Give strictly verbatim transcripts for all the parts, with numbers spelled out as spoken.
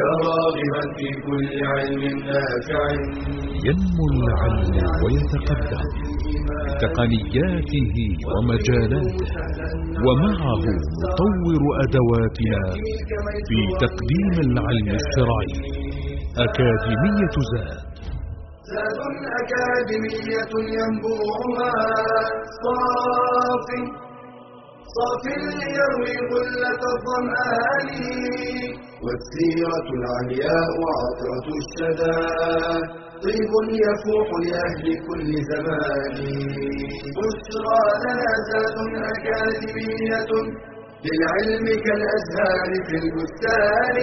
يا راغبا في كل علم نافع ينمو العلم ويتقدم بتقنياته ومجالاته، ومعه نطور أدواتنا في تقديم العلم الشرعي. أكاديمية زاد زاد أكاديمية ينبوعها صاف صاف ليروي غلة الظمآن، والسيرة العلياء وعطرة الشدى طيب يفوح لأهل كل زمان. بشرى لنا زاد أكاديمية للعلم كالأزهار في البستان.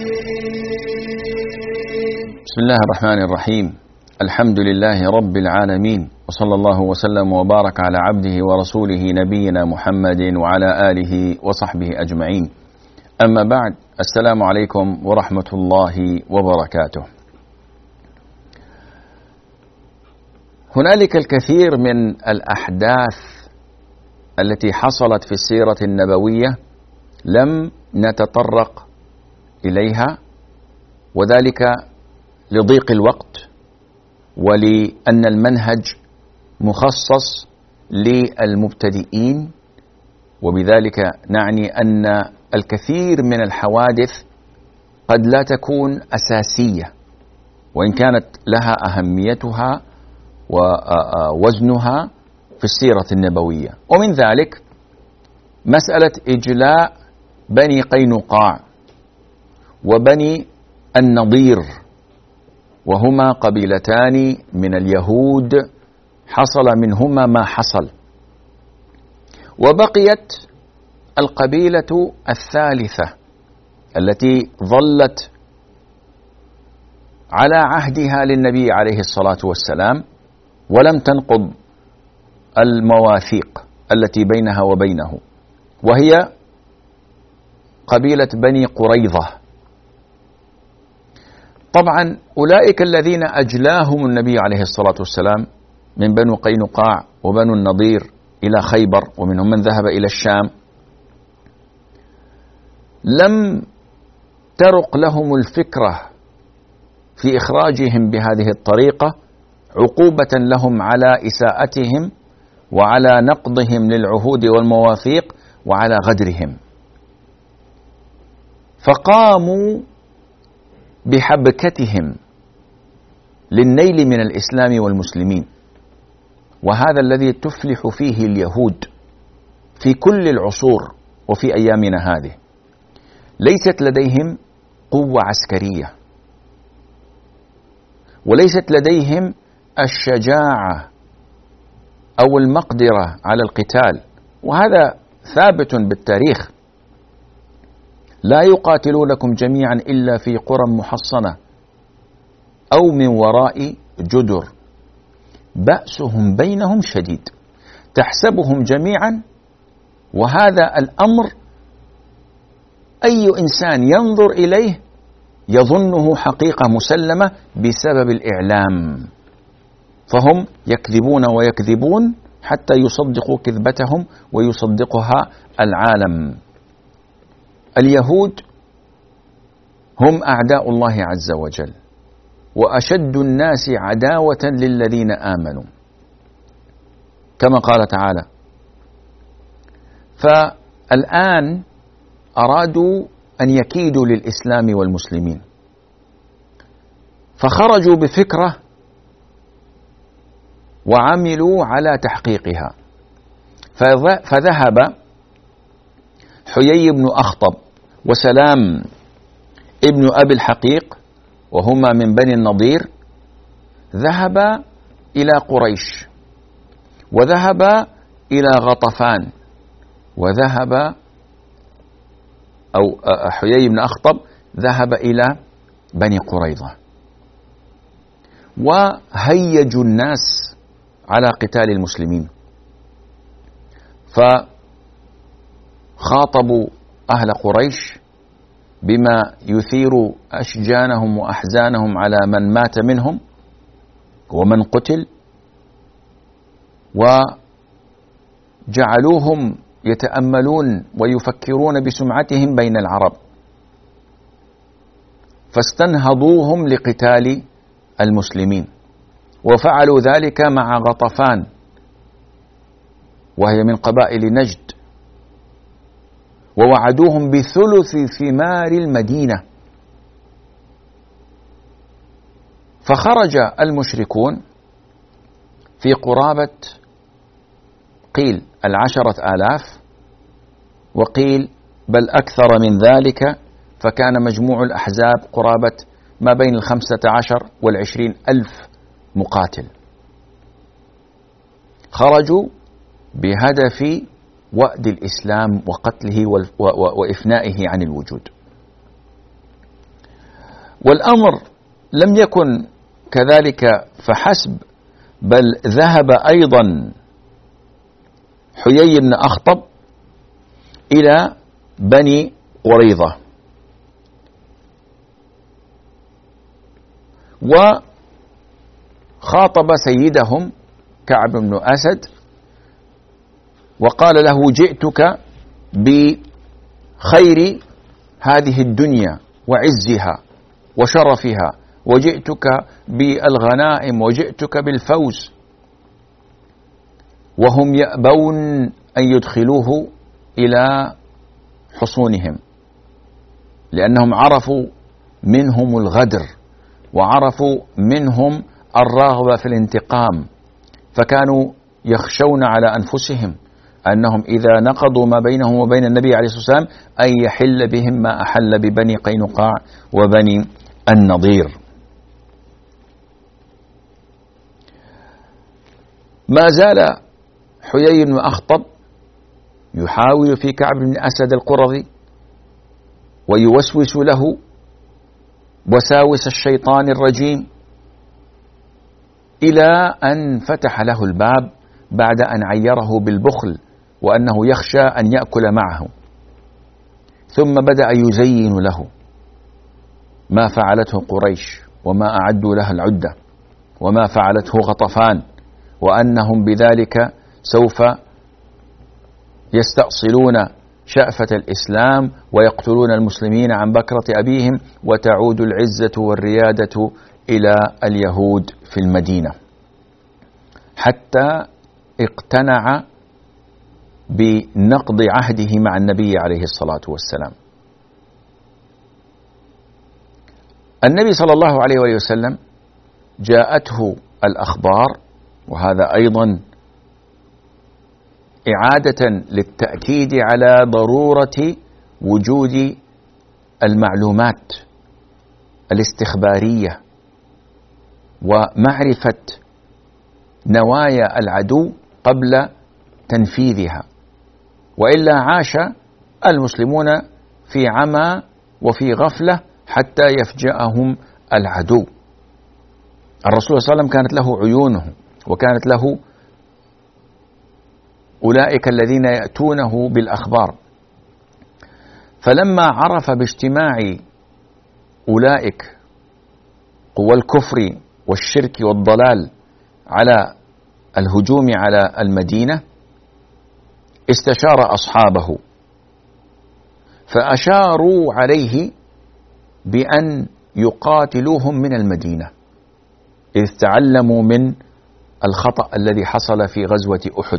بسم الله الرحمن الرحيم. الحمد لله رب العالمين، وصلى الله وسلم وبارك على عبده ورسوله نبينا محمد وعلى آله وصحبه أجمعين. أما بعد، السلام عليكم ورحمة الله وبركاته. هنالك الكثير من الأحداث التي حصلت في السيرة النبوية لم نتطرق إليها، وذلك لضيق الوقت ولأن المنهج مخصص للمبتدئين، وبذلك نعني أن الكثير من الحوادث قد لا تكون أساسية، وإن كانت لها أهميتها ووزنها في السيرة النبوية. ومن ذلك مسألة إجلاء بني قينقاع وبني النضير، وهما قبيلتان من اليهود حصل منهما ما حصل. وبقيت القبيلة الثالثة التي ظلت على عهدها للنبي عليه الصلاة والسلام ولم تنقض المواثيق التي بينها وبينه، وهي قبيلة بني قريظة. طبعا أولئك الذين أجلاهم النبي عليه الصلاة والسلام من بنو قينقاع وبنو النضير إلى خيبر، ومنهم من ذهب إلى الشام، لم ترق لهم الفكرة في إخراجهم بهذه الطريقة عقوبة لهم على إساءتهم وعلى نقضهم للعهود والمواثيق وعلى غدرهم، فقاموا بحبكتهم للنيل من الإسلام والمسلمين. وهذا الذي تفلح فيه اليهود في كل العصور وفي أيامنا هذه. ليست لديهم قوة عسكرية، وليست لديهم الشجاعة أو المقدرة على القتال، وهذا ثابت بالتاريخ. لا يقاتلونكم جميعا إلا في قرى محصنة أو من وراء جدر بأسهم بينهم شديد، تحسبهم جميعا، وهذا الأمر أي إنسان ينظر إليه يظنه حقيقة مسلمة بسبب الإعلام، فهم يكذبون ويكذبون حتى يصدقوا كذبتهم ويصدقها العالم. اليهود هم أعداء الله عز وجل، وأشد الناس عداوة للذين آمنوا، كما قال تعالى. فالآن أرادوا أن يكيدوا للإسلام والمسلمين، فخرجوا بفكرة وعملوا على تحقيقها. فذهب حيي بن أخطب وسلام ابن أبي الحقيق، وهما من بني النضير، ذهب إلى قريش، وذهب إلى غطفان، وذهب أو حيي بن أخطب ذهب إلى بني قريظة، وهيجوا الناس على قتال المسلمين. فخاطبوا أهل قريش بما يثير أشجانهم وأحزانهم على من مات منهم ومن قتل، وجعلوهم يتأملون ويفكرون بسمعتهم بين العرب. فاستنهضوهم لقتال المسلمين، وفعلوا ذلك مع غطفان وهي من قبائل نجد، ووعدوهم بثلث ثمار المدينة. فخرج المشركون في قرابة قيل العشرة آلاف، وقيل بل أكثر من ذلك، فكان مجموع الأحزاب قرابة ما بين الخمسة عشر والعشرين ألف مقاتل. خرجوا بهدف وأد الإسلام وقتله وإفنائه عن الوجود. والأمر لم يكن كذلك فحسب، بل ذهب أيضا حيي بن أخطب إلى بني قريظة وخاطب سيدهم كعب بن أسد وقال له: جئتك بخير هذه الدنيا وعزها وشرفها، وجئتك بالغنائم، وجئتك بالفوز، وهم يأبون أن يدخلوه إلى حصونهم، لأنهم عرفوا منهم الغدر وعرفوا منهم الرغبة في الانتقام، فكانوا يخشون على أنفسهم أنهم إذا نقضوا ما بينهم وبين النبي عليه الصلاة والسلام أن يحل بهم ما أحل ببني قينقاع وبني النضير. ما زال حيي بن أخطب يحاول في كعب بن أسد القرظي ويوسوس له وساوس الشيطان الرجيم، إلى أن فتح له الباب بعد أن عيره بالبخل وأنه يخشى أن يأكل معه، ثم بدأ يزين له ما فعلته قريش وما أعدوا لها العدة وما فعلته غطفان، وأنهم بذلك سوف يستأصلون شأفة الإسلام ويقتلون المسلمين عن بكرة أبيهم، وتعود العزة والريادة إلى اليهود في المدينة، حتى اقتنع بنقض عهده مع النبي عليه الصلاة والسلام. النبي صلى الله عليه وآله وسلم جاءته الأخبار، وهذا أيضا إعادة للتأكيد على ضرورة وجود المعلومات الاستخبارية ومعرفة نوايا العدو قبل تنفيذها، وإلا عاش المسلمون في عمى وفي غفلة حتى يفجأهم العدو. الرسول صلى الله عليه وسلم كانت له عيونه، وكانت له أولئك الذين يأتونه بالأخبار، فلما عرف باجتماع أولئك قوى الكفر والشرك والضلال على الهجوم على المدينة استشار أصحابه فأشاروا عليه بأن يقاتلوهم من المدينة، إذ تعلموا من الخطأ الذي حصل في غزوة أحد.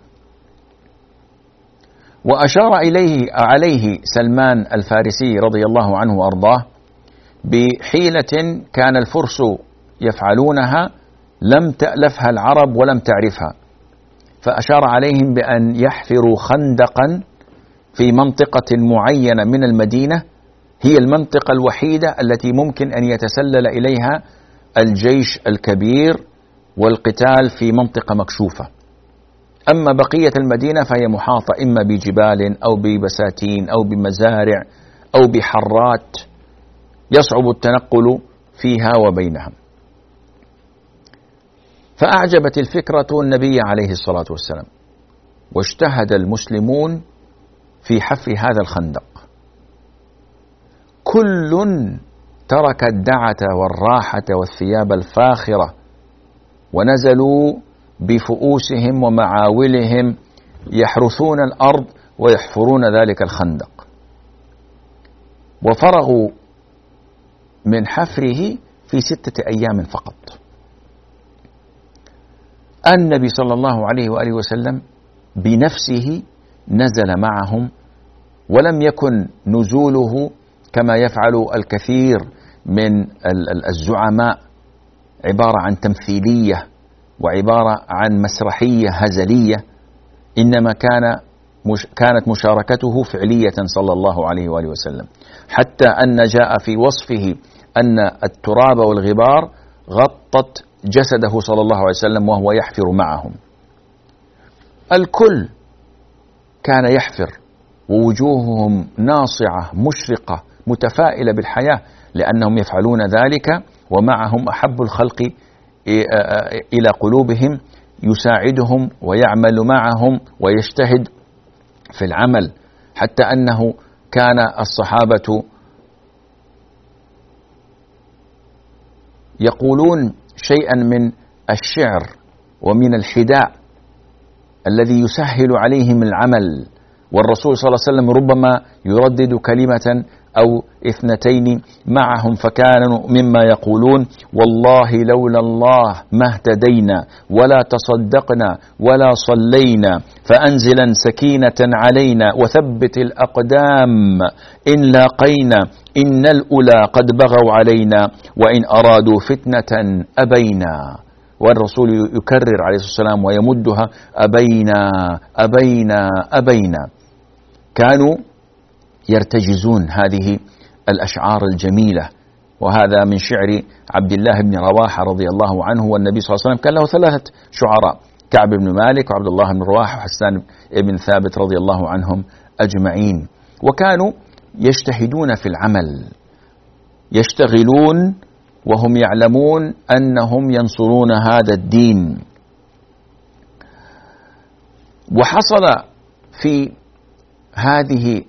وأشار إليه عليه سلمان الفارسي رضي الله عنه وأرضاه بحيلة كان الفرس يفعلونها لم تألفها العرب ولم تعرفها، فأشار عليهم بأن يحفروا خندقا في منطقة معينة من المدينة، هي المنطقة الوحيدة التي ممكن أن يتسلل إليها الجيش الكبير والقتال في منطقة مكشوفة. أما بقية المدينة فهي محاطة إما بجبال أو ببساتين أو بمزارع أو بحرات يصعب التنقل فيها وبينها. فأعجبت الفكرة النبي عليه الصلاة والسلام، واجتهد المسلمون في حفر هذا الخندق، كل ترك الدعة والراحة والثياب الفاخرة ونزلوا بفؤوسهم ومعاولهم يحرثون الأرض ويحفرون ذلك الخندق، وفرغوا من حفره في ستة أيام فقط. النبي صلى الله عليه وآله وسلم بنفسه نزل معهم، ولم يكن نزوله كما يفعل الكثير من الزعماء عبارة عن تمثيلية وعبارة عن مسرحية هزلية، إنما كان مش كانت مشاركته فعلية صلى الله عليه وآله وسلم، حتى أن جاء في وصفه أن التراب والغبار غطت جسده صلى الله عليه وسلم وهو يحفر معهم. الكل كان يحفر ووجوههم ناصعة مشرقة متفائلة بالحياة، لأنهم يفعلون ذلك ومعهم أحب الخلق إلى قلوبهم يساعدهم ويعمل معهم ويجتهد في العمل، حتى أنه كان الصحابة يقولون شيئا من الشعر ومن الحداء الذي يسهل عليهم العمل، والرسول صلى الله عليه وسلم ربما يردد كلمة أو اثنتين معهم، فكانوا مما يقولون: والله لولا الله ما اهتدينا ولا تصدقنا ولا صلينا، فأنزلا سكينة علينا وثبت الأقدام إن لاقينا، إن الأولى قد بغوا علينا وإن أرادوا فتنة أبينا. والرسول يكرر عليه الصلاة والسلام ويمدها: أبينا أبينا أبينا. كانوا يرتجزون هذه الأشعار الجميلة، وهذا من شعر عبد الله بن رواحة رضي الله عنه. والنبي صلى الله عليه وسلم كان له ثلاثة شعراء: كعب بن مالك وعبد الله بن رواحة وحسان بن ثابت رضي الله عنهم أجمعين. وكانوا يجتهدون في العمل، يشتغلون وهم يعلمون أنهم ينصرون هذا الدين. وحصل في هذه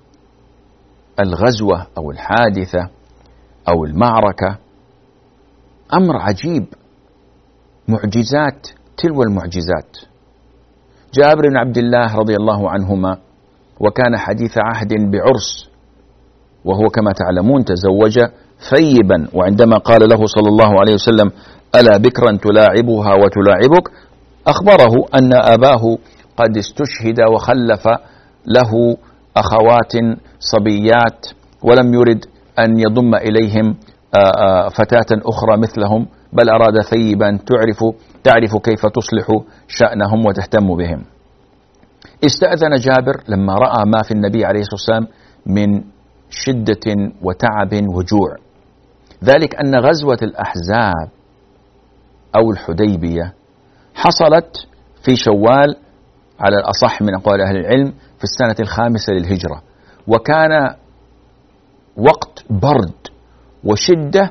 الغزوة أو الحادثة أو المعركة أمر عجيب، معجزات تلو المعجزات. جابر بن عبد الله رضي الله عنهما وكان حديث عهد بعرس، وهو كما تعلمون تزوج ثيبا، وعندما قال له صلى الله عليه وسلم: ألا بكرا تلاعبها وتلاعبك، أخبره أن أباه قد استشهد وخلف له أخوات صبيات، ولم يرد أن يضم إليهم فتاة أخرى مثلهم، بل أراد ثيبا تعرف تعرف كيف تصلح شأنهم وتهتم بهم. استأذن جابر لما رأى ما في النبي عليه الصلاة والسلام من شدة وتعب وجوع، ذلك أن غزوة الأحزاب أو الحديبية حصلت في شوال على الأصح من أقوال أهل العلم في السنة الخامسة للهجرة، وكان وقت برد وشدة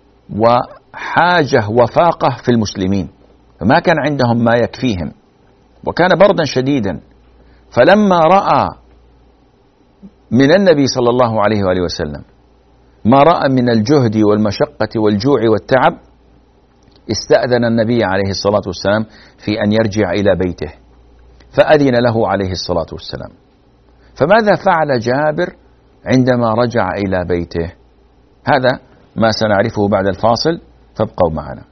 وحاجة وفاقة في المسلمين، فما كان عندهم ما يكفيهم، وكان بردا شديدا. فلما رأى من النبي صلى الله عليه وآله وسلم ما رأى من الجهد والمشقة والجوع والتعب، استأذن النبي عليه الصلاة والسلام في أن يرجع إلى بيته، فأذن له عليه الصلاة والسلام. فماذا فعل جابر عندما رجع إلى بيته؟ هذا ما سنعرفه بعد الفاصل، فابقوا معنا.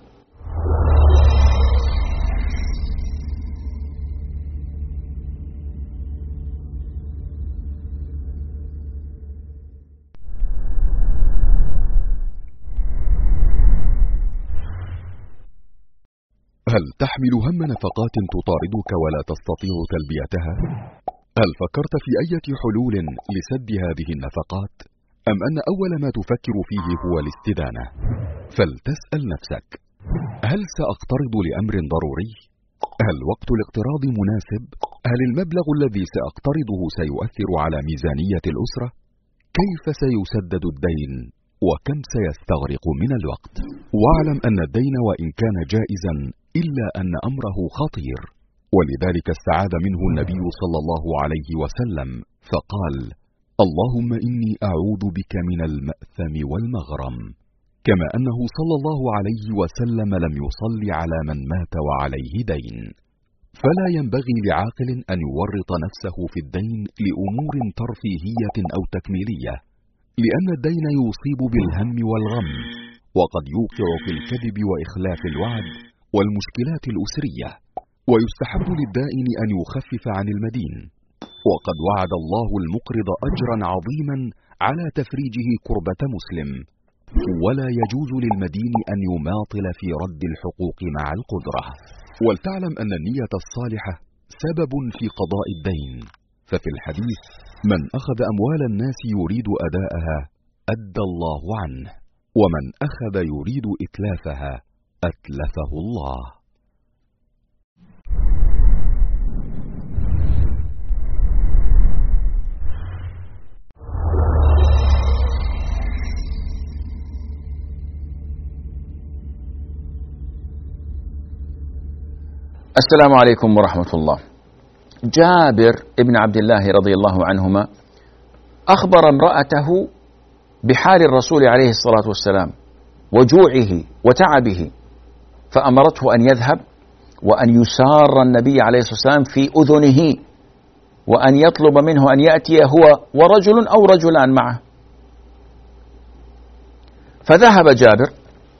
هل تحمل هم نفقات تطاردك ولا تستطيع تلبيتها؟ هل فكرت في أي حلول لسد هذه النفقات؟ أم أن أول ما تفكر فيه هو الاستدانة؟ فلتسأل نفسك: هل سأقترض لأمر ضروري؟ هل وقت الاقتراض مناسب؟ هل المبلغ الذي سأقترضه سيؤثر على ميزانية الأسرة؟ كيف سيسدد الدين؟ وكم سيستغرق من الوقت؟ واعلم أن الدين وإن كان جائزا إلا أن أمره خطير، ولذلك استعاذ منه النبي صلى الله عليه وسلم فقال: اللهم إني أعوذ بك من المأثم والمغرم. كما أنه صلى الله عليه وسلم لم يصل على من مات وعليه دين. فلا ينبغي لعاقل أن يورط نفسه في الدين لأمور ترفيهية أو تكميلية، لأن الدين يصيب بالهم والغم، وقد يوقع في الكذب وإخلاف الوعد والمشكلات الأسرية، ويستحب للدائن أن يخفف عن المدين، وقد وعد الله المقرض أجرا عظيما على تفريجه كربة مسلم، ولا يجوز للمدين أن يماطل في رد الحقوق مع القدرة. ولتعلم أن النية الصالحة سبب في قضاء الدين، ففي الحديث: من أخذ أموال الناس يريد أداءها أدى الله عنه، ومن أخذ يريد إتلافها أتلفه الله. السلام عليكم ورحمة الله. جابر ابن عبد الله رضي الله عنهما أخبر امرأته بحال الرسول عليه الصلاة والسلام وجوعه وتعبه، فأمرته أن يذهب وأن يسار النبي عليه الصلاة والسلام في أذنه، وأن يطلب منه أن يأتي هو ورجل أو رجلان معه. فذهب جابر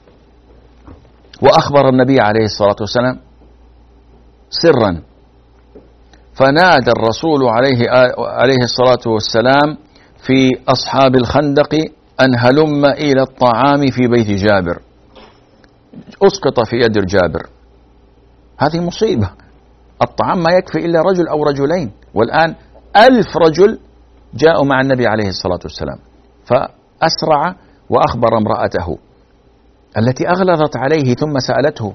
وأخبر النبي عليه الصلاة والسلام سرا، فنادى الرسول عليه عليه الصلاة والسلام في أصحاب الخندق أن هلم إلى الطعام في بيت جابر. أسقط في يد جابر. هذه مصيبة، الطعام ما يكفي إلا رجل أو رجلين، والآن ألف رجل جاءوا مع النبي عليه الصلاة والسلام. فأسرع وأخبر امرأته التي أغلظت عليه، ثم سألته: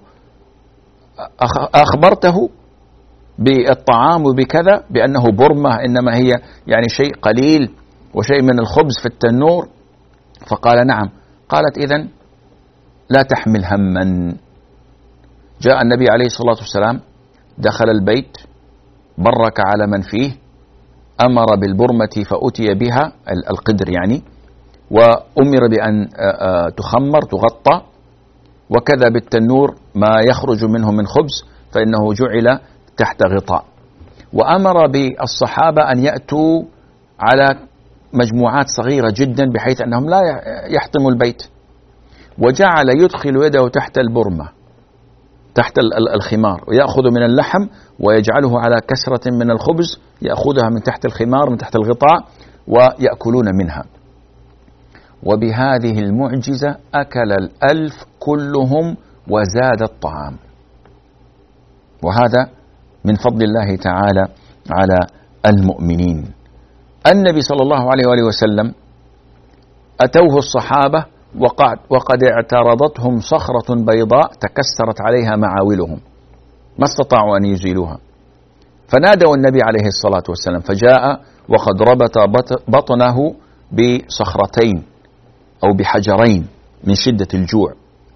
أخبرته بالطعام وبكذا، بأنه برمة إنما هي يعني شيء قليل وشيء من الخبز في التنور؟ فقال: نعم. قالت: إذن لا تحمل هما. جاء النبي عليه الصلاة والسلام، دخل البيت، برك على من فيه، أمر بالبرمة فأتي بها، القدر يعني، وأمر بأن تخمر تغطى، وكذا بالتنور ما يخرج منه من خبز فإنه جعل تحت غطاء. وأمر بالصحابة أن يأتوا على مجموعات صغيرة جدا بحيث أنهم لا يحطموا البيت، وجعل يدخل يده تحت البرمة تحت الخمار، ويأخذ من اللحم ويجعله على كسرة من الخبز، يأخذها من تحت الخمار من تحت الغطاء ويأكلون منها. وبهذه المعجزة أكل الألف كلهم وزاد الطعام، وهذا من فضل الله تعالى على المؤمنين. النبي صلى الله عليه وآله وسلم أتوه الصحابة وقد, وقد اعترضتهم صخرة بيضاء تكسرت عليها معاولهم، ما استطاعوا أن يزيلوها، فنادوا النبي عليه الصلاة والسلام، فجاء وقد ربط بطنه بصخرتين أو بحجرين من شدة الجوع،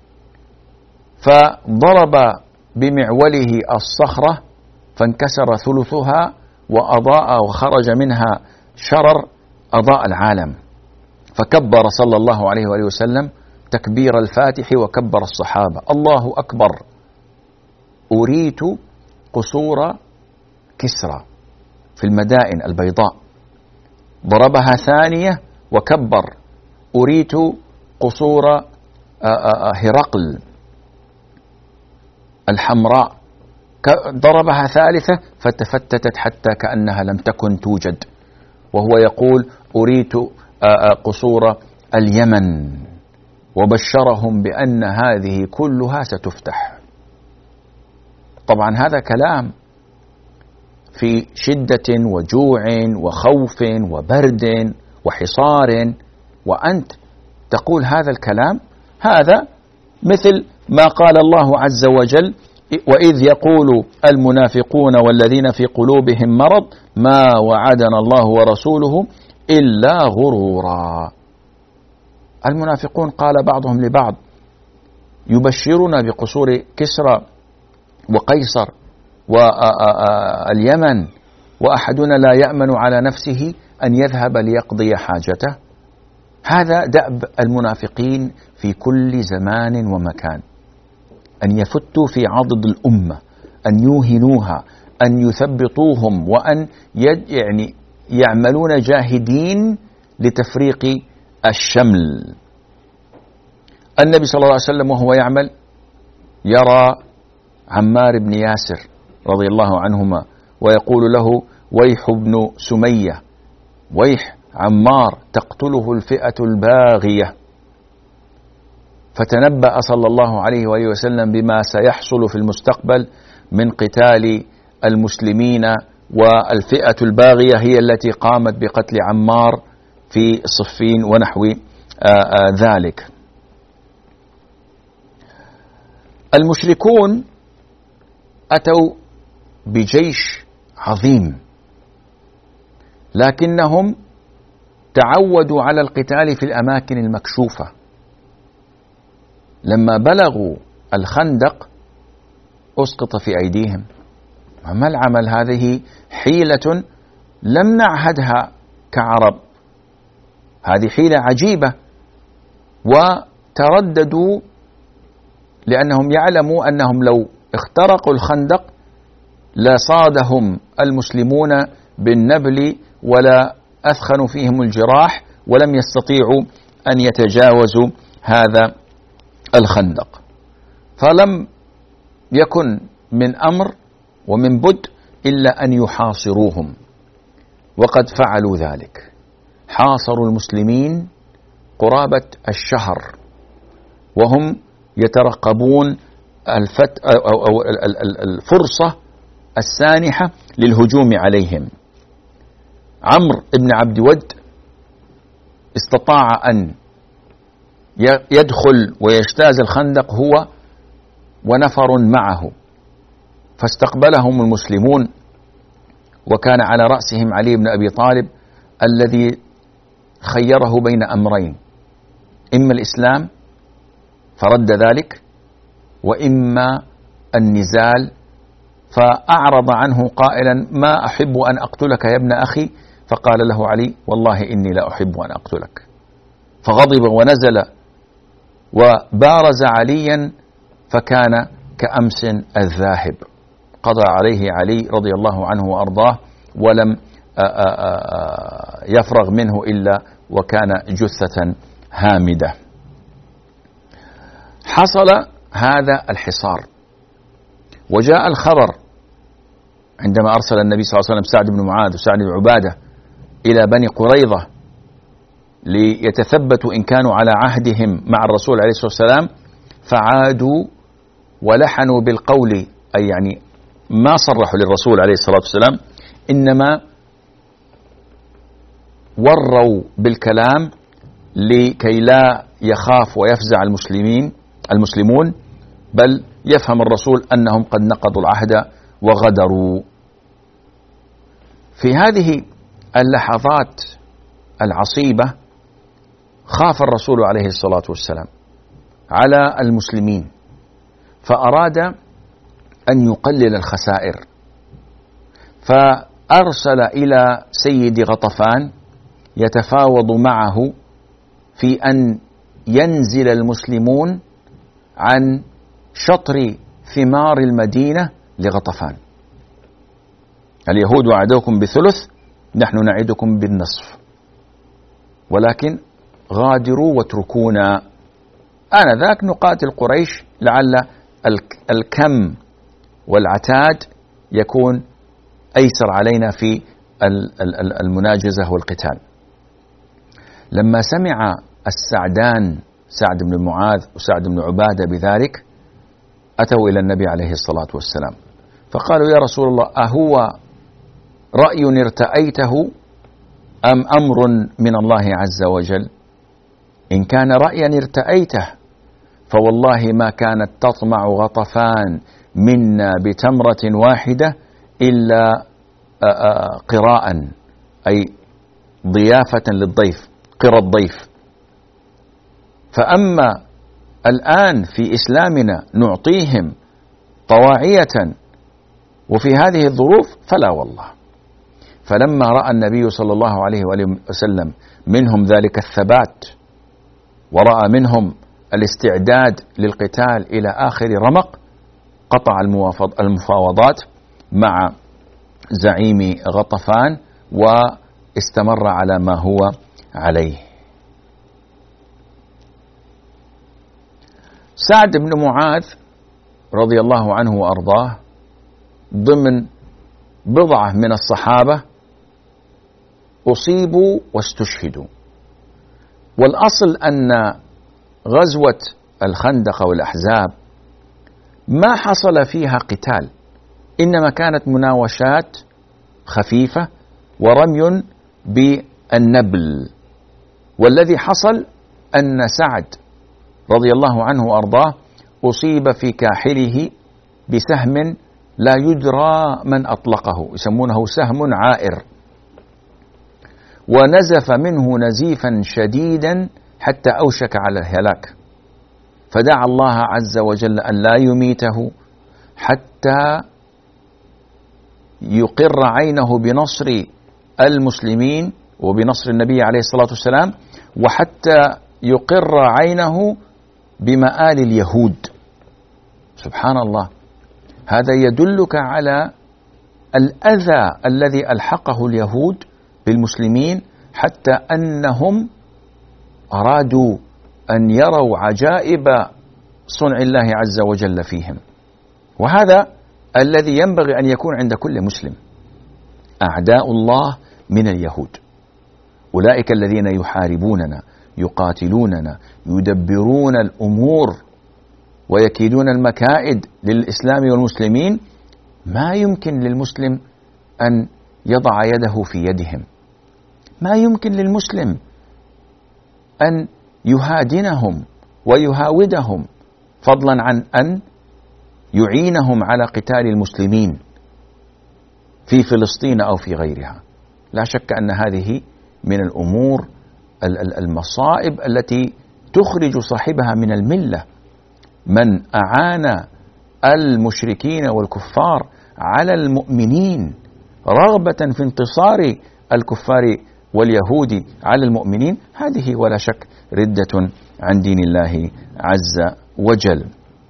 فضرب بمعوله الصخرة فانكسر ثلثها وأضاء وخرج منها شرر أضاء العالم، فكبر صلى الله عليه وآله وسلم تكبير الفاتح وكبر الصحابة: الله أكبر. أريت قصور كسرى في المدائن البيضاء. ضربها ثانية وكبر: أريت قصور هرقل الحمراء. ضربها ثالثة فتفتتت حتى كأنها لم تكن توجد، وهو يقول: أريت قصور اليمن. وبشرهم بأن هذه كلها ستفتح. طبعا هذا كلام في شدة وجوع وخوف وبرد وحصار، وأنت تقول هذا الكلام. هذا مثل ما قال الله عز وجل: وإذ يقول المنافقون والذين في قلوبهم مرض ما وعدنا الله ورسوله إلا غرورا. المنافقون قال بعضهم لبعض يبشرنا بقصور كسرى وقيصر واليمن، وأحدنا لا يأمن على نفسه أن يذهب ليقضي حاجته. هذا دأب المنافقين في كل زمان ومكان، أن يفتوا في عضد الأمة، أن يوهنوها، أن يثبطوهم، وأن يعني يعملون جاهدين لتفريق الشمل. النبي صلى الله عليه وسلم وهو يعمل يرى عمار بن ياسر رضي الله عنهما ويقول له: ويح ابن سمية، ويح عمار تقتله الفئة الباغية. فتنبأ صلى الله عليه وآله وسلم بما سيحصل في المستقبل من قتال المسلمين، والفئة الباغية هي التي قامت بقتل عمار في صفين ونحو ذلك. المشركون أتوا بجيش عظيم، لكنهم تعودوا على القتال في الأماكن المكشوفة. لما بلغوا الخندق أسقط في أيديهم. ما العمل؟ هذه حيلة لم نعهدها كعرب، هذه حيلة عجيبة. وترددوا لأنهم يعلموا أنهم لو اخترقوا الخندق لصادهم المسلمون بالنبل ولا أثخنوا فيهم الجراح ولم يستطيعوا أن يتجاوزوا هذا الخندق. فلم يكن من أمر ومن بد إلا أن يحاصروهم، وقد فعلوا ذلك. حاصروا المسلمين قرابة الشهر وهم يترقبون الفت أو أو الفرصة السانحة للهجوم عليهم. عمرو بن عبد ود استطاع أن يدخل ويجتاز الخندق هو ونفر معه، فاستقبلهم المسلمون، وكان على رأسهم علي بن أبي طالب الذي خيره بين أمرين: إما الإسلام فرد ذلك، وإما النزال، فأعرض عنه قائلا: ما أحب أن أقتلك يا ابن أخي. فقال له علي: والله إني لا أحب أن أقتلك. فغضب ونزل وبارز عليا، فكان كأمس الذاهب. قضى عليه علي رضي الله عنه وأرضاه، ولم يفرغ منه إلا وكان جثة هامدة. حصل هذا الحصار، وجاء الخبر عندما أرسل النبي صلى الله عليه وسلم سعد بن معاذ وسعد بن عبادة إلى بني قريظة ليتثبتوا إن كانوا على عهدهم مع الرسول عليه الصلاة والسلام، فعادوا ولحنوا بالقول، أي يعني ما صرحوا للرسول عليه الصلاة والسلام، إنما وروا بالكلام لكي لا يخاف ويفزع المسلمين المسلمون، بل يفهم الرسول أنهم قد نقضوا العهد وغدروا. في هذه اللحظات العصيبة خاف الرسول عليه الصلاة والسلام على المسلمين، فأراد أن يقلل الخسائر، فأرسل إلى سيد غطفان يتفاوض معه في أن ينزل المسلمون عن شطر ثمار المدينة لغطفان. اليهود وعدوكم بثلث، نحن نعدكم بالنصف، ولكن غادروا واتركونا، آنذاك نقاتل قريش لعل الكم والعتاد يكون أيسر علينا في المناجزة والقتال. لما سمع السعدان سعد بن معاذ وسعد بن عبادة بذلك أتوا إلى النبي عليه الصلاة والسلام فقالوا: يا رسول الله، أهو رأي ارتأيته أم أمر من الله عز وجل؟ إن كان رأيا ارتأيته فوالله ما كانت تطمع غطفان منا بتمرة واحدة إلا قراء، أي ضيافة للضيف، قرى الضيف. فأما الآن في إسلامنا نعطيهم طواعية وفي هذه الظروف فلا والله. فلما رأى النبي صلى الله عليه وآله وسلم منهم ذلك الثبات، ورأى منهم الاستعداد للقتال إلى آخر رمق، قطع المفاوضات مع زعيم غطفان واستمر على ما هو عليه. سعد بن معاذ رضي الله عنه وأرضاه ضمن بضعة من الصحابة أصيبوا واستشهدوا. والأصل أن غزوة الخندق والأحزاب ما حصل فيها قتال، إنما كانت مناوشات خفيفة ورمي بالنبل. والذي حصل أن سعد رضي الله عنه وأرضاه أصيب في كاحله بسهم لا يدرى من أطلقه، يسمونه سهم عائر، ونزف منه نزيفا شديدا حتى أوشك على الهلاك، فدعا الله عز وجل أن لا يميته حتى يقر عينه بنصر المسلمين وبنصر النبي عليه الصلاة والسلام، وحتى يقر عينه بمآل اليهود. سبحان الله، هذا يدلك على الأذى الذي ألحقه اليهود بالمسلمين، حتى أنهم أرادوا أن يروا عجائب صنع الله عز وجل فيهم. وهذا الذي ينبغي أن يكون عند كل مسلم. أعداء الله من اليهود، أولئك الذين يحاربوننا يقاتلوننا يدبرون الأمور ويكيدون المكائد للإسلام والمسلمين. ما يمكن للمسلم أن يضع يده في يدهم، ما يمكن للمسلم أن يهادنهم ويهاودهم، فضلا عن أن يعينهم على قتال المسلمين في فلسطين أو في غيرها. لا شك أن هذه من الأمور المصائب التي تخرج صاحبها من الملة. من أعان المشركين والكفار على المؤمنين رغبة في انتصار الكفار واليهود على المؤمنين، هذه ولا شك ردة عن دين الله عز وجل.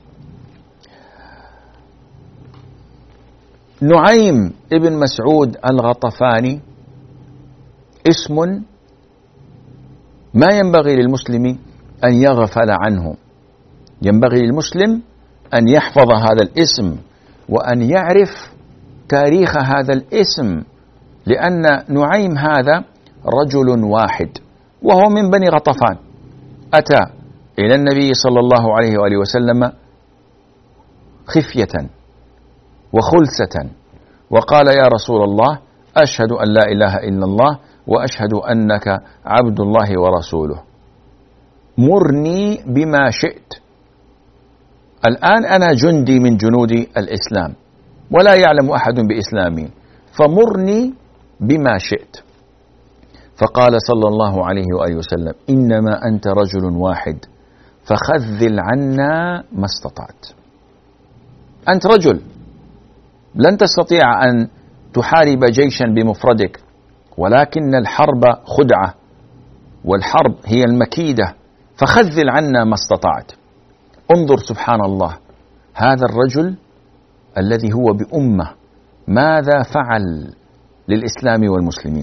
نعيم ابن مسعود الغطفاني اسم ما ينبغي للمسلم أن يغفل عنه. ينبغي للمسلم أن يحفظ هذا الاسم وأن يعرف تاريخ هذا الاسم، لأن نعيم هذا رجل واحد وهو من بني غطفان، أتى إلى النبي صلى الله عليه وآله وسلم خفية وخلسة وقال: يا رسول الله، أشهد أن لا إله إلا الله وأشهد أنك عبد الله ورسوله، مرني بما شئت. الآن أنا جندي من جنود الإسلام ولا يعلم أحد بإسلامي، فمرني بما شئت. فقال صلى الله عليه وآله وسلم: إنما أنت رجل واحد فخذل عنا ما استطعت. أنت رجل، لن تستطيع أن تحارب جيشا بمفردك، ولكن الحرب خدعة والحرب هي المكيدة، فخذل عنا ما استطعت. انظر سبحان الله، هذا الرجل الذي هو بأمة ماذا فعل للإسلام والمسلمين،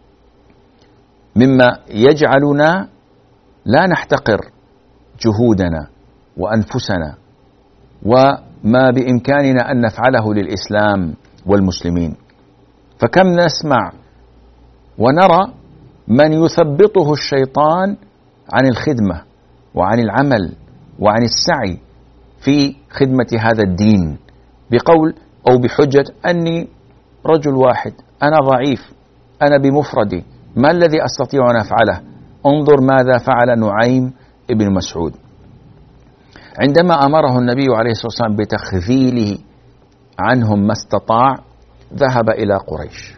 مما يجعلنا لا نحتقر جهودنا وأنفسنا وما بإمكاننا أن نفعله للإسلام والمسلمين. فكم نسمع ونرى من يثبطه الشيطان عن الخدمة وعن العمل وعن السعي في خدمة هذا الدين بقول أو بحجة أني رجل واحد، أنا ضعيف، أنا بمفردي، ما الذي أستطيع أن أفعله؟ انظر ماذا فعل نعيم ابن مسعود عندما أمره النبي عليه الصلاة والسلام بتخذيله عنهم ما استطاع. ذهب إلى قريش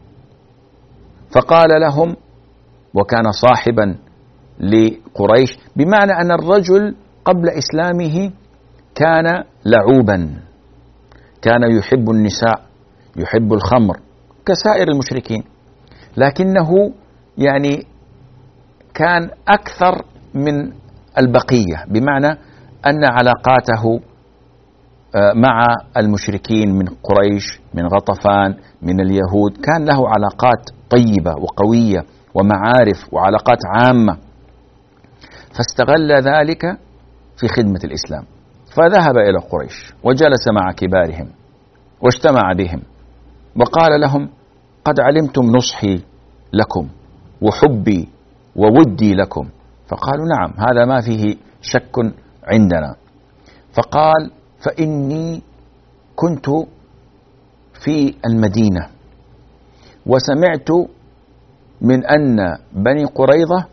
فقال لهم، وكان صاحبا لقريش، بمعنى أن الرجل قبل إسلامه كان لعوبا، كان يحب النساء، يحب الخمر كسائر المشركين، لكنه يعني كان أكثر من البقية، بمعنى أن علاقاته مع المشركين من قريش، من غطفان، من اليهود، كان له علاقات طيبة وقوية ومعارف وعلاقات عامة. فاستغل ذلك في خدمة الإسلام. فذهب إلى قريش وجلس مع كبارهم واجتمع بهم وقال لهم: قد علمتم نصحي لكم وحبي وودي لكم. فقالوا: نعم، هذا ما فيه شك عندنا. فقال: فإني كنت في المدينة وسمعت من أن بني قريظة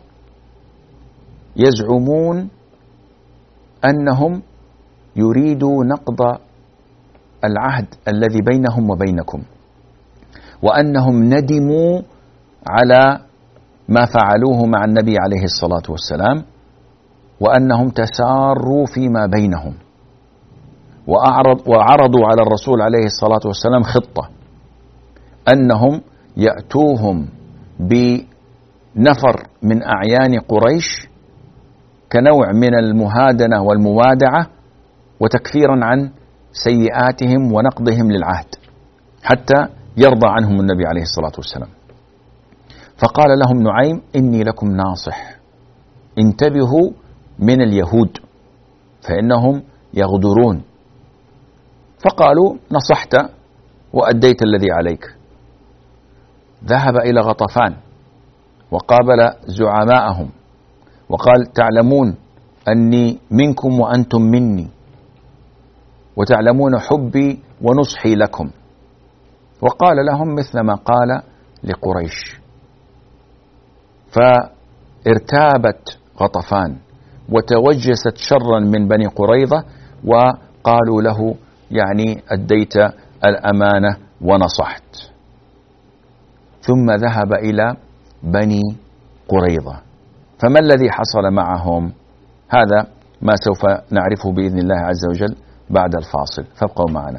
يزعمون أنهم يريدوا نقض العهد الذي بينهم وبينكم، وأنهم ندموا على ما فعلوه مع النبي عليه الصلاة والسلام، وأنهم تساروا فيما بينهم، وأعرض وعرضوا على الرسول عليه الصلاة والسلام خطة أنهم يأتوهم بنفر من أعيان قريش كنوع من المهادنة والموادعة وتكفيرا عن سيئاتهم ونقضهم للعهد حتى يرضى عنهم النبي عليه الصلاة والسلام. فقال لهم نعيم: إني لكم ناصح، انتبهوا من اليهود فإنهم يغدرون. فقالوا: نصحت وأديت الذي عليك. ذهب إلى غطفان وقابل زعماءهم وقال: تعلمون أني منكم وأنتم مني، وتعلمون حبي ونصحي لكم. وقال لهم مثل ما قال لقريش. فارتابت غطفان وتوجست شرا من بني قريظة، وقالوا له: يعني أديت الأمانة ونصحت. ثم ذهب إلى بني قريظة. فما الذي حصل معهم؟ هذا ما سوف نعرفه بإذن الله عز وجل بعد الفاصل، فابقوا معنا.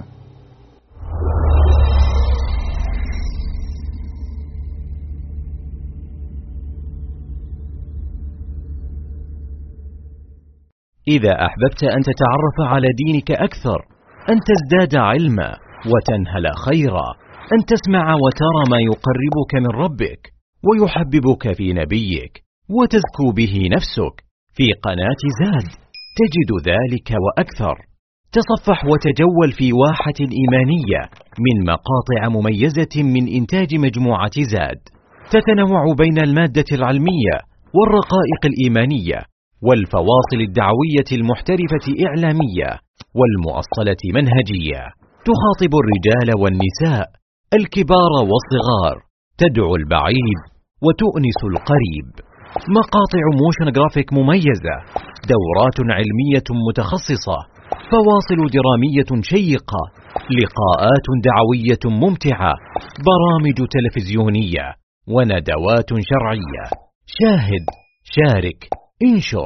إذا أحببت أن تتعرف على دينك أكثر، أن تزداد علما وتنهل خيرا، أن تسمع وترى ما يقربك من ربك ويحببك في نبيك وتزكو به نفسك، في قناة زاد تجد ذلك وأكثر. تصفح وتجول في واحة إيمانية من مقاطع مميزة من إنتاج مجموعة زاد، تتنوع بين المادة العلمية والرقائق الإيمانية والفواصل الدعوية المحترفة إعلامية والمؤصلة منهجية. تخاطب الرجال والنساء، الكبار والصغار، تدعو البعيد وتؤنس القريب. مقاطع موشن جرافيك مميزة، دورات علمية متخصصة، فواصل درامية شيقة، لقاءات دعوية ممتعة، برامج تلفزيونية وندوات شرعية. شاهد، شارك، انشر.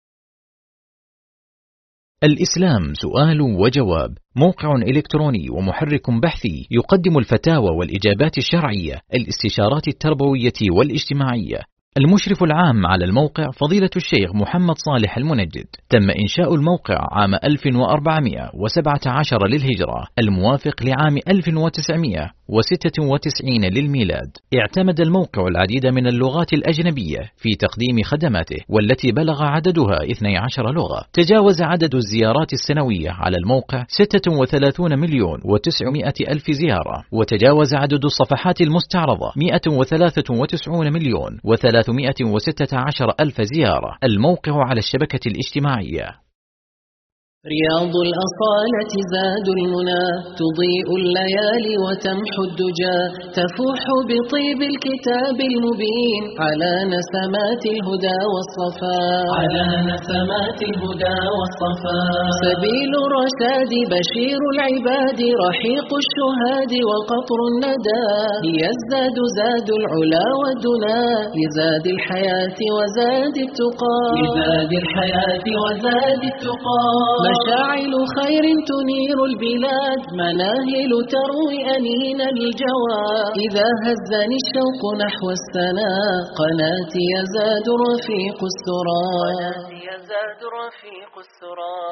الإسلام سؤال وجواب، موقع إلكتروني ومحرك بحثي يقدم الفتاوى والإجابات الشرعية، الاستشارات التربوية والاجتماعية. المشرف العام على الموقع فضيلة الشيخ محمد صالح المنجد. تم إنشاء الموقع عام ألف وأربعمائة وسبعة عشر للهجرة، الموافق لعام ألف وتسعمائة وستة وتسعين للميلاد. اعتمد الموقع العديد من اللغات الأجنبية في تقديم خدماته، والتي بلغ عددها اثني عشر لغة. تجاوز عدد الزيارات السنوية على الموقع ستة وثلاثين مليون وتسعمائة ألف زيارة، وتجاوز عدد الصفحات المستعرضة مئة وثلاثة وتسعين مليون وثلاثمائة وستة عشر ألف زيارة. الموقع على الشبكة الاجتماعية. رياض الأصالة زاد المنى، تضيء الليالي وتمحو الدجى، تفوح بطيب الكتاب المبين على نسمات الهدى والصفاء، على نسمات الهدى والصفاء. سبيل الرشاد بشير العباد، رحيق الشهاد وقطر الندى، ليزداد زاد العلا والدنا، لزاد الحياة وزاد التقى، لزاد الحياة وزاد التقى. مشاعل خير تنير البلاد، مناهل تروي أنين الجوى. إذا هزني الشوق نحو السناء، قناتي يزاد رفيق السرى، قناتي يزاد رفيق السرى.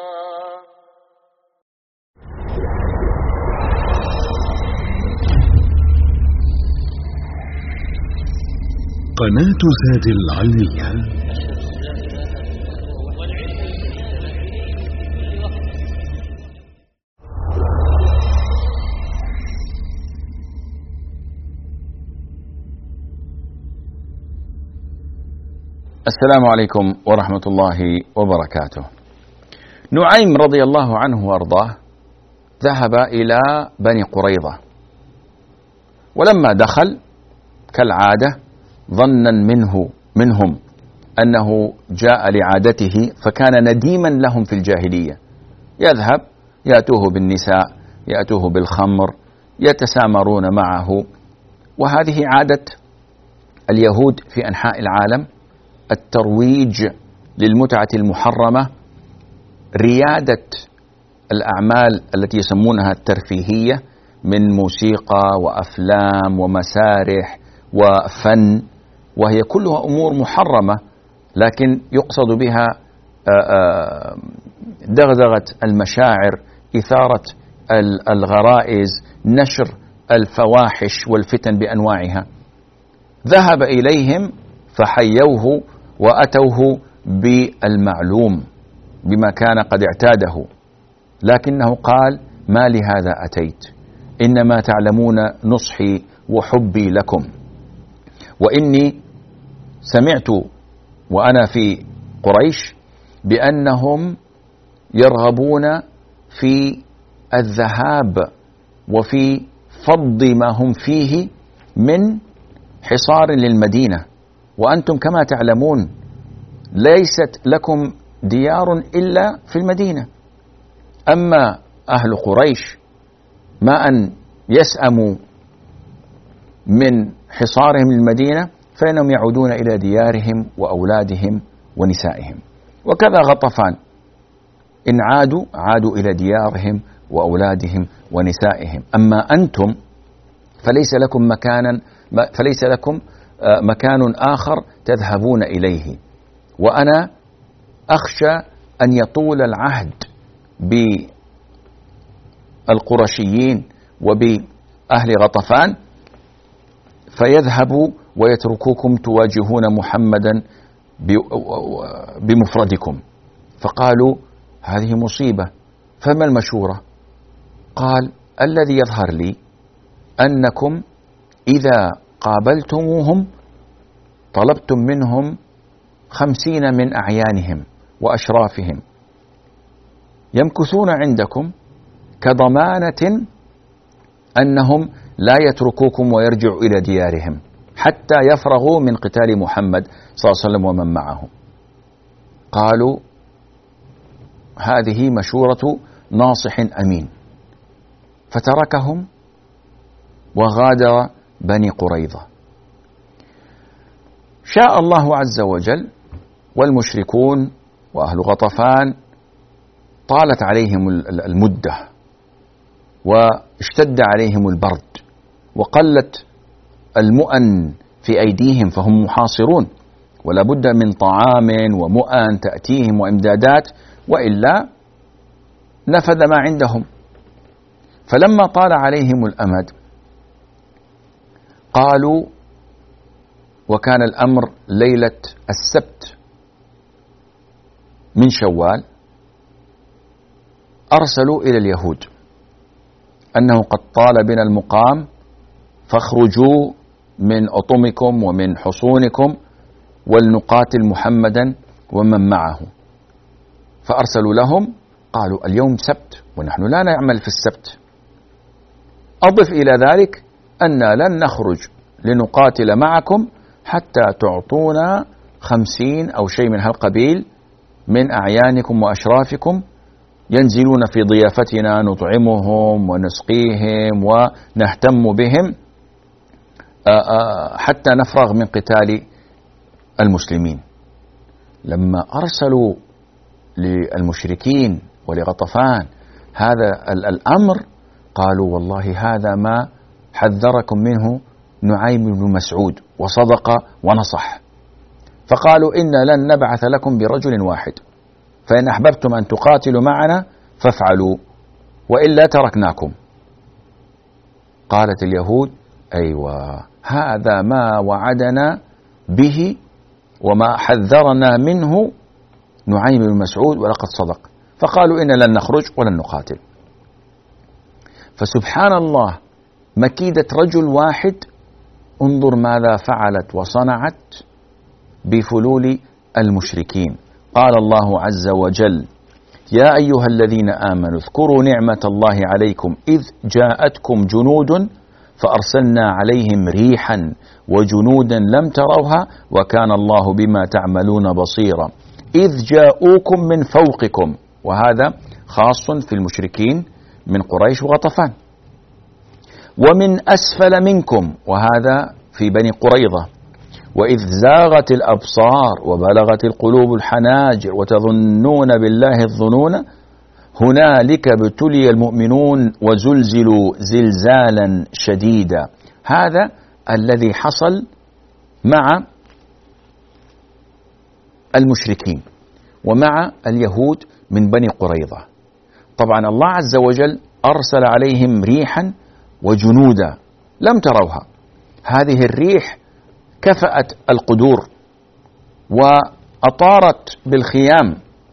قناة زاد العلمية. السلام عليكم ورحمة الله وبركاته. نعيم رضي الله عنه وارضاه ذهب إلى بني قريظة، ولما دخل كالعادة ظنا منه منهم أنه جاء لعادته، فكان نديما لهم في الجاهلية، يذهب يأتوه بالنساء، يأتوه بالخمر، يتسامرون معه، وهذه عادة اليهود في أنحاء العالم، الترويج للمتعة المحرمة، ريادة الأعمال التي يسمونها الترفيهية من موسيقى وأفلام ومسارح وفن، وهي كلها أمور محرمة، لكن يقصد بها دغدغة المشاعر، إثارة الغرائز، نشر الفواحش والفتن بأنواعها. ذهب إليهم فحيوه وأتوه بالمعلوم بما كان قد اعتاده، لكنه قال: ما لهذا أتيت؟ إنما تعلمون نصحي وحبي لكم، وإني سمعت وأنا في قريش بأنهم يرغبون في الذهاب وفي فض ما هم فيه من حصار للمدينة، وأنتم كما تعلمون ليست لكم ديار إلا في المدينة. أما أهل قريش ما أن يسأموا من حصارهم للمدينة فإنهم يعودون إلى ديارهم وأولادهم ونسائهم، وكذا غطفان إن عادوا عادوا إلى ديارهم وأولادهم ونسائهم. أما أنتم فليس لكم مكانا فليس لكم مكان آخر تذهبون إليه، وأنا أخشى أن يطول العهد بالقرشيين وبأهل غطفان فيذهبوا ويتركوكم تواجهون محمدا بمفردكم. فقالوا: هذه مصيبة، فما المشورة؟ قال: الذي يظهر لي أنكم إذا قابلتموهم طلبتم منهم خمسين من أعيانهم وأشرافهم يمكثون عندكم كضمانة أنهم لا يتركوكم ويرجعوا إلى ديارهم حتى يفرغوا من قتال محمد صلى الله عليه وسلم ومن معه. قالوا: هذه مشورة ناصح أمين. فتركهم وغادر بني قريظة. شاء الله عز وجل والمشركون وأهل غطفان طالت عليهم المدة واشتد عليهم البرد وقلت المؤن في أيديهم، فهم محاصرون ولا بد من طعام ومؤن تأتيهم وإمدادات، وإلا نفذ ما عندهم. فلما طال عليهم الأمد قالوا، وكان الأمر ليلة السبت من شوال، أرسلوا إلى اليهود أنه قد طال بنا المقام فاخرجوا من أطمكم ومن حصونكم ولنقاتل محمدا ومن معه. فأرسلوا لهم قالوا: اليوم سبت ونحن لا نعمل في السبت. أضف إلى ذلك أننا لن نخرج لنقاتل معكم حتى تعطونا خمسين أو شيء من هالقبيل من أعيانكم وأشرافكم ينزلون في ضيافتنا نطعمهم ونسقيهم ونهتم بهم حتى نفرغ من قتال المسلمين. لما أرسلوا للمشركين ولغطفان هذا الأمر قالوا: والله هذا ما حذركم منه نعيم بن مسعود وصدق ونصح. فقالوا: إنا لن نبعث لكم برجل واحد، فإن أحببتم أن تقاتلوا معنا فافعلوا وإلا تركناكم. قالت اليهود: أيوة، هذا ما وعدنا به وما حذرنا منه نعيم بن مسعود ولقد صدق. فقالوا: إنا لن نخرج ولن نقاتل. فسبحان الله، مكيدة رجل واحد انظر ماذا فعلت وصنعت بفلول المشركين. قال الله عز وجل: يا أيها الذين آمنوا اذكروا نعمة الله عليكم إذ جاءتكم جنود فأرسلنا عليهم ريحا وجنودا لم تروها وكان الله بما تعملون بصيرا إذ جاءوكم من فوقكم، وهذا خاص في المشركين من قريش وغطفان، ومن أسفل منكم، وهذا في بني قريظة، وإذ زاغت الأبصار وبلغت القلوب الحناجر وتظنون بالله الظنون هنالك ابتلي المؤمنون وزلزلوا زلزالا شديدا. هذا الذي حصل مع المشركين ومع اليهود من بني قريظة. طبعا الله عز وجل أرسل عليهم ريحا وجنودا لم تروها. هذه الريح كفأت القدور وأطارت بالخيام.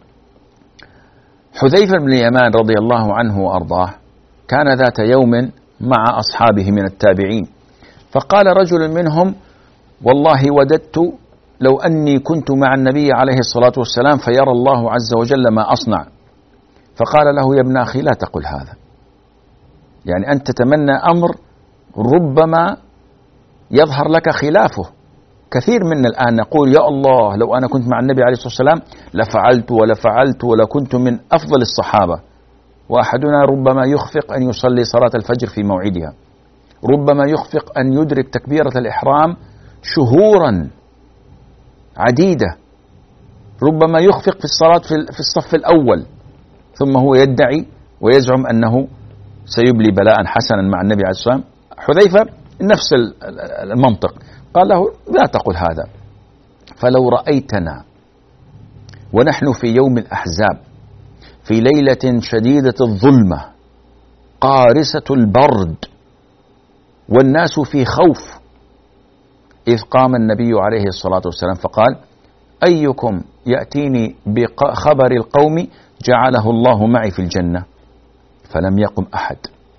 حذيفة بن اليمان رضي الله عنه وأرضاه كان ذات يوم مع أصحابه من التابعين، فقال رجل منهم: والله وددت لو أني كنت مع النبي عليه الصلاة والسلام فيرى الله عز وجل ما أصنع. فقال له: يا ابن أخي لا تقل هذا، يعني أنت تتمنى أمر ربما يظهر لك خلافه. كثير منا الآن نقول: يا الله لو أنا كنت مع النبي عليه الصلاة والسلام لفعلت ولفعلت ولكنت من أفضل الصحابة. وأحدنا ربما يخفق أن يصلي صلاة الفجر في موعدها، ربما يخفق أن يدرك تكبيرة الإحرام شهورا عديدة، ربما يخفق في الصلاة في الصف الأول، ثم هو يدعي ويزعم أنه سيبلي بلاء حسنا مع النبي عليه الصلاة والسلام. حذيفة نفس المنطق، قال له: لا تقل هذا، فلو رأيتنا ونحن في يوم الأحزاب في ليلة شديدة الظلمة قارسة البرد والناس في خوف، إذ قام النبي عليه الصلاة والسلام فقال: أيكم يأتيني بخبر القوم جعله الله معي في الجنة؟ فلم يقم أحد.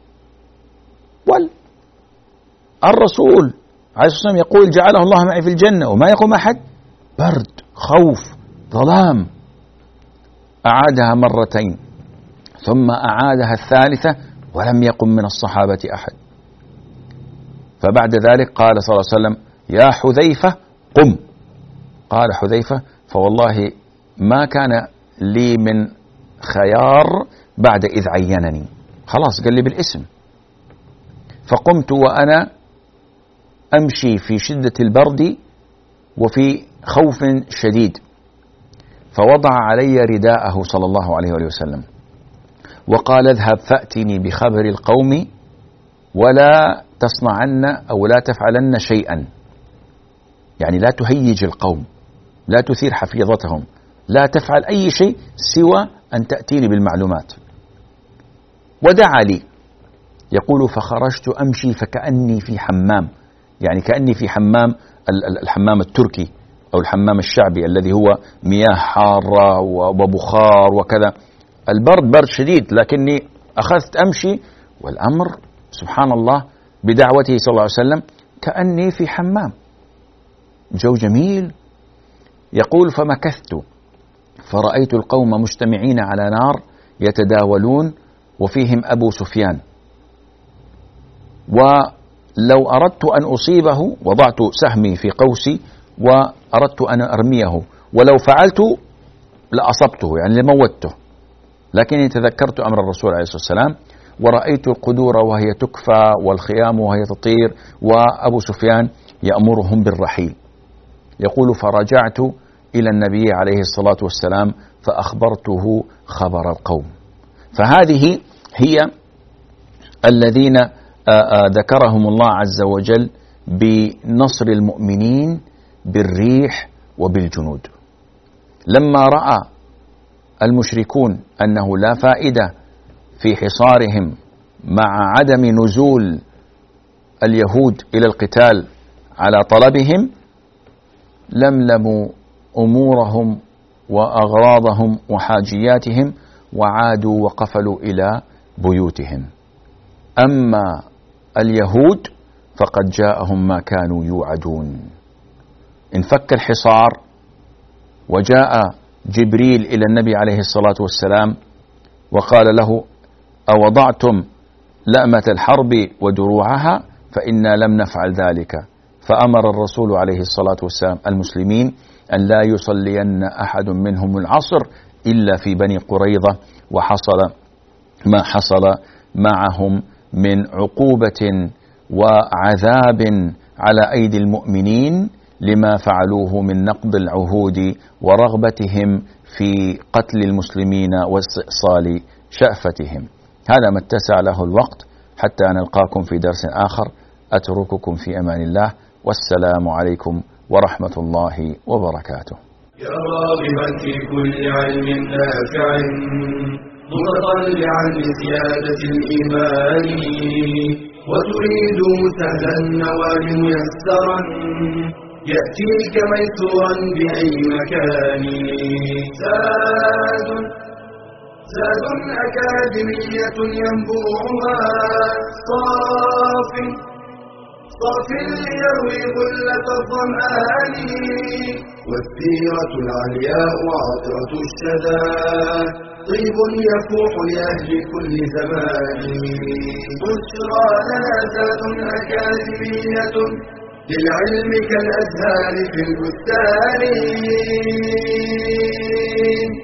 والرسول عليه الصلاة والسلام يقول جعله الله معي في الجنة وما يقوم أحد. برد، خوف، ظلام. أعادها مرتين ثم أعادها الثالثة ولم يقم من الصحابة أحد. فبعد ذلك قال صلى الله عليه وسلم: يا حذيفة قم. قال حذيفة: فوالله ما كان لي من خيار بعد إذ عينني، خلاص قال لي بالاسم. فقمت وأنا أمشي في شدة البرد وفي خوف شديد، فوضع علي رداءه صلى الله عليه وسلم وقال: اذهب فأتني بخبر القوم ولا تصنعن أو لا تفعلن شيئا، يعني لا تهيج القوم، لا تثير حفيظتهم، لا تفعل أي شيء سوى أن تأتيني بالمعلومات. ودعا لي، يقول: فخرجت أمشي فكأني في حمام، يعني كأني في حمام الحمام التركي أو الحمام الشعبي الذي هو مياه حارة وبخار وكذا، البرد برد شديد، لكني أخذت أمشي والأمر سبحان الله بدعوته صلى الله عليه وسلم كأني في حمام، جو جميل. يقول: فمكثت فرأيت القوم مجتمعين على نار يتداولون وفيهم أبو سفيان، ولو أردت أن أصيبه وضعت سهمي في قوسي وأردت أن أرميه، ولو فعلت لأصبته يعني لموته، لكني تذكرت أمر الرسول عليه الصلاة والسلام ورأيت القدور وهي تكفى والخيام وهي تطير وأبو سفيان يأمرهم بالرحيل. يقول: فرجعت إلى النبي عليه الصلاة والسلام فأخبرته خبر القوم. فهذه هي الذين ذكرهم الله عز وجل بنصر المؤمنين بالريح وبالجنود. لما رأى المشركون أنه لا فائدة في حصارهم مع عدم نزول اليهود إلى القتال على طلبهم، لملموا أمورهم وأغراضهم وحاجياتهم وعادوا وقفلوا إلى بيوتهم. أما اليهود فقد جاءهم ما كانوا يوعدون، انفك الحصار وجاء جبريل إلى النبي عليه الصلاة والسلام وقال له: أوضعتم لأمة الحرب ودروعها؟ فإنا لم نفعل ذلك. فأمر الرسول عليه الصلاة والسلام المسلمين أن لا يصلين أحد منهم العصر إلا في بني قريظة، وحصل ما حصل معهم من عقوبة وعذاب على أيدي المؤمنين لما فعلوه من نقض العهود ورغبتهم في قتل المسلمين واستئصال شأفتهم. هذا ما اتسع له الوقت. حتى نلقاكم في درس آخر، أترككم في أمان الله، والسلام عليكم ورحمة الله وبركاته. يا راغبا في كل علم نافع متطلعا لزيادة الإيمان وتريد سهلا النوال ميسرا يأتيك ميسورا بأي مكان. زاد زاد أكاديمية ينبوعها صاف صاف ليروي غلة الظمآن والسيرة العلياء عطرة الشدى طيب يفوح لأهل كل زمان. بشرى لنا زاد أكاديمية للعلم كالأزهار في البستان.